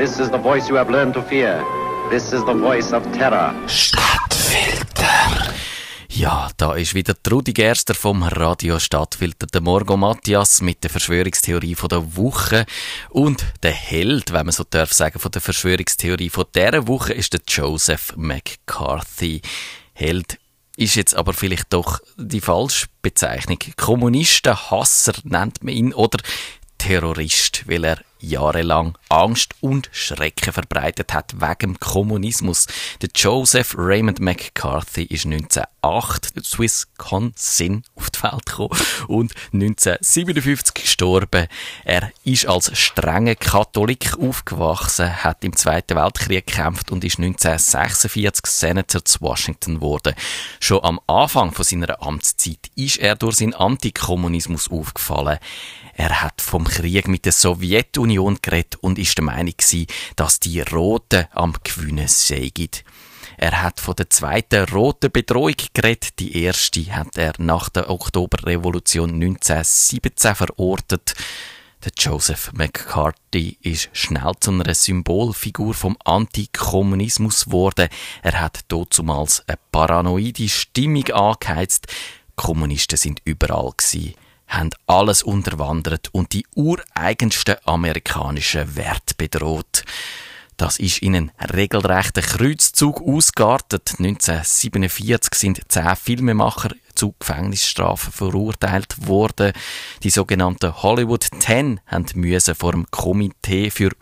This is the voice you have learned to fear. This is the voice of terror. Stadtfilter. Ja, da ist wieder Rudi Gerster vom Radio Stadtfilter, der Morgo Matthias mit der Verschwörungstheorie von der Woche. Und der Held, wenn man so darf sagen, von der Verschwörungstheorie von dieser Woche ist der Joseph McCarthy. Held ist jetzt aber vielleicht doch die falsche Bezeichnung. Kommunisten-Hasser nennt man ihn oder Terrorist, weil er jahrelang Angst und Schrecken verbreitet hat wegen dem Kommunismus. Der Joseph Raymond McCarthy ist 1908 in Wisconsin auf die Welt gekommen und 1957 gestorben. Er ist als strenger Katholik aufgewachsen, hat im Zweiten Weltkrieg gekämpft und ist 1946 Senator zu Washington geworden. Schon am Anfang von seiner Amtszeit ist er durch seinen Antikommunismus aufgefallen. Er hat vom Krieg mit der Sowjetunion geredet und ist der Meinung gewesen, dass die Roten am Gewinnen seien. Er hat von der zweiten roten Bedrohung geredet. Die erste hat er nach der Oktoberrevolution 1917 verortet. Der Joseph McCarthy ist schnell zu einer Symbolfigur vom Antikommunismus geworden. Er hat dazumals eine paranoide Stimmung angeheizt. Kommunisten sind überall gewesen, haben alles unterwandert und die ureigensten amerikanischen Werte bedroht. Das ist in einen regelrechten Kreuzzug ausgeartet. 1947 sind 10 Filmemacher zu Gefängnisstrafen verurteilt worden. Die sogenannten Hollywood 10 mussten vor dem Komitee für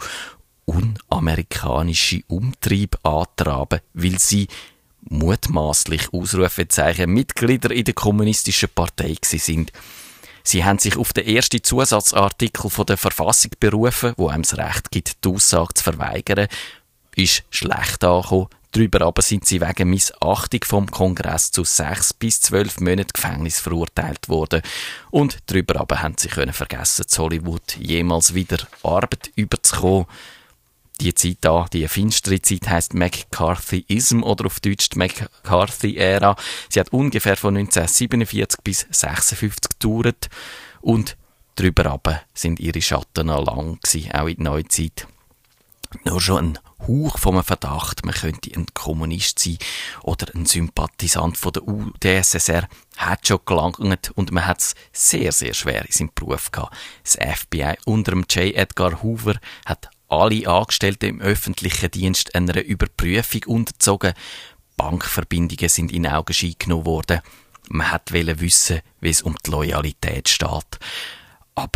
unamerikanische Umtrieb antraben, weil sie mutmaßlich Ausrufezeichen Mitglieder in der kommunistischen Partei sind. Sie haben sich auf den ersten Zusatzartikel von der Verfassung berufen, wo einem das Recht gibt, die Aussage zu verweigern. Ist schlecht angekommen. Darüber aber sind sie wegen Missachtung vom Kongress zu 6 bis 12 Monaten Gefängnis verurteilt worden. Und darüber aber haben sie können vergessen, zu Hollywood jemals wieder Arbeit überzukommen. Die Zeit da, die finstere Zeit heisst McCarthyism oder auf Deutsch die McCarthy-Ära. Sie hat ungefähr von 1947 bis 1956 gedauert und drüber runter sind ihre Schatten noch lang gewesen, auch in der Neuzeit. Nur schon ein Hauch vom Verdacht, man könnte ein Kommunist sein oder ein Sympathisant von der UdSSR, hat schon gelangt und man hat es sehr, sehr schwer in seinem Beruf gehabt. Das FBI unter dem J. Edgar Hoover hat alle Angestellten im öffentlichen Dienst einer Überprüfung unterzogen. Bankverbindungen sind in Augenschein genommen worden. Man wollte wissen, wie es um die Loyalität steht. Ab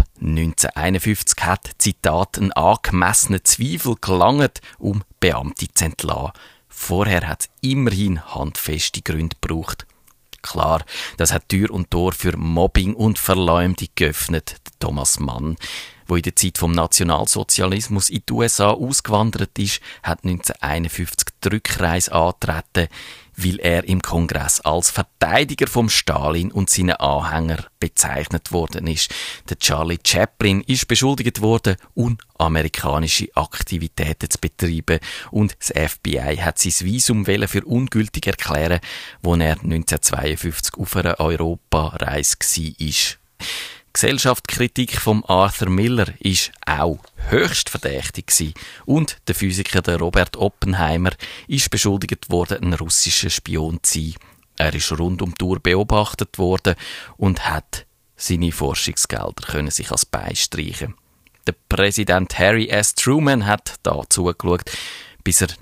1951 hat, Zitat, ein angemessener Zweifel gelangt, um Beamte zu entlassen. Vorher hat es immerhin handfeste Gründe gebraucht. Klar, das hat Tür und Tor für Mobbing und Verleumdung geöffnet. Thomas Mann, der in der Zeit vom Nationalsozialismus in die USA ausgewandert ist, hat 1951 die Rückreise angetreten, weil er im Kongress als Verteidiger von Stalin und seinen Anhängern bezeichnet worden ist. Der Charlie Chaplin ist beschuldigt worden, unamerikanische Aktivitäten zu betreiben und das FBI hat sein Visum für ungültig erklären, wo er 1952 auf einer Europareise war. Gesellschaftskritik von Arthur Miller ist auch höchst verdächtig gewesen. Und der Physiker der Robert Oppenheimer ist beschuldigt worden, ein russischer Spion zu sein. Er ist rund um die Uhr beobachtet worden und hat seine Forschungsgelder können sich als Beistreichen. Der Präsident Harry S. Truman hat da zugeschaut, bis er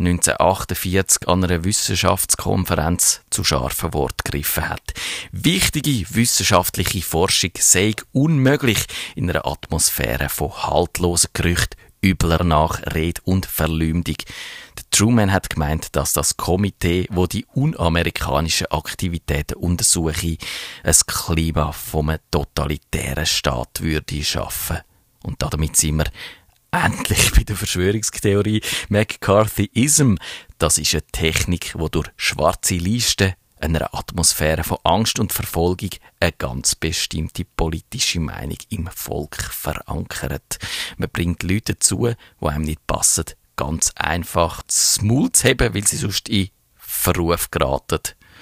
1948 an einer Wissenschaftskonferenz zu scharfen Worten gegriffen hat. Wichtige wissenschaftliche Forschung sei unmöglich in einer Atmosphäre von haltlosen Gerüchten, übler Nachrede und Verleumdung. Der Truman hat gemeint, dass das Komitee, wo die unamerikanischen Aktivitäten untersuche, ein Klima von einem totalitären Staat würde schaffen. Und damit sind wir endlich bei der Verschwörungstheorie McCarthyism. Das ist eine Technik, die durch schwarze Listen, einer Atmosphäre von Angst und Verfolgung, eine ganz bestimmte politische Meinung im Volk verankert. Man bringt Leute dazu, die einem nicht passen, ganz einfach das Maul zu heben, weil sie sonst in Verruf geraten.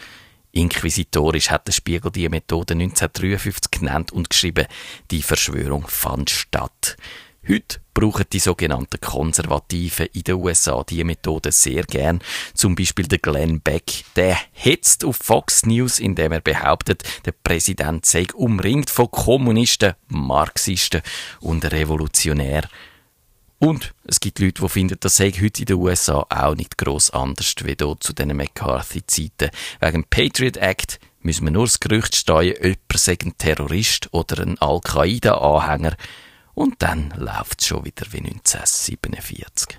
Inquisitorisch hat der Spiegel die Methode 1953 genannt und geschrieben, die Verschwörung fand statt. Heute brauchen die sogenannten Konservativen in den USA diese Methode sehr gern. Zum Beispiel der Glenn Beck. Der hetzt auf Fox News, indem er behauptet, der Präsident sei umringt von Kommunisten, Marxisten und Revolutionären. Und es gibt Leute, die finden, das sei heute in den USA auch nicht gross anders wie dort zu diesen McCarthy-Zeiten. Wegen dem Patriot Act müssen wir nur das Gerücht steuern, jemand sei ein Terrorist oder ein Al-Qaida-Anhänger. Und dann läuft es schon wieder wie 1947.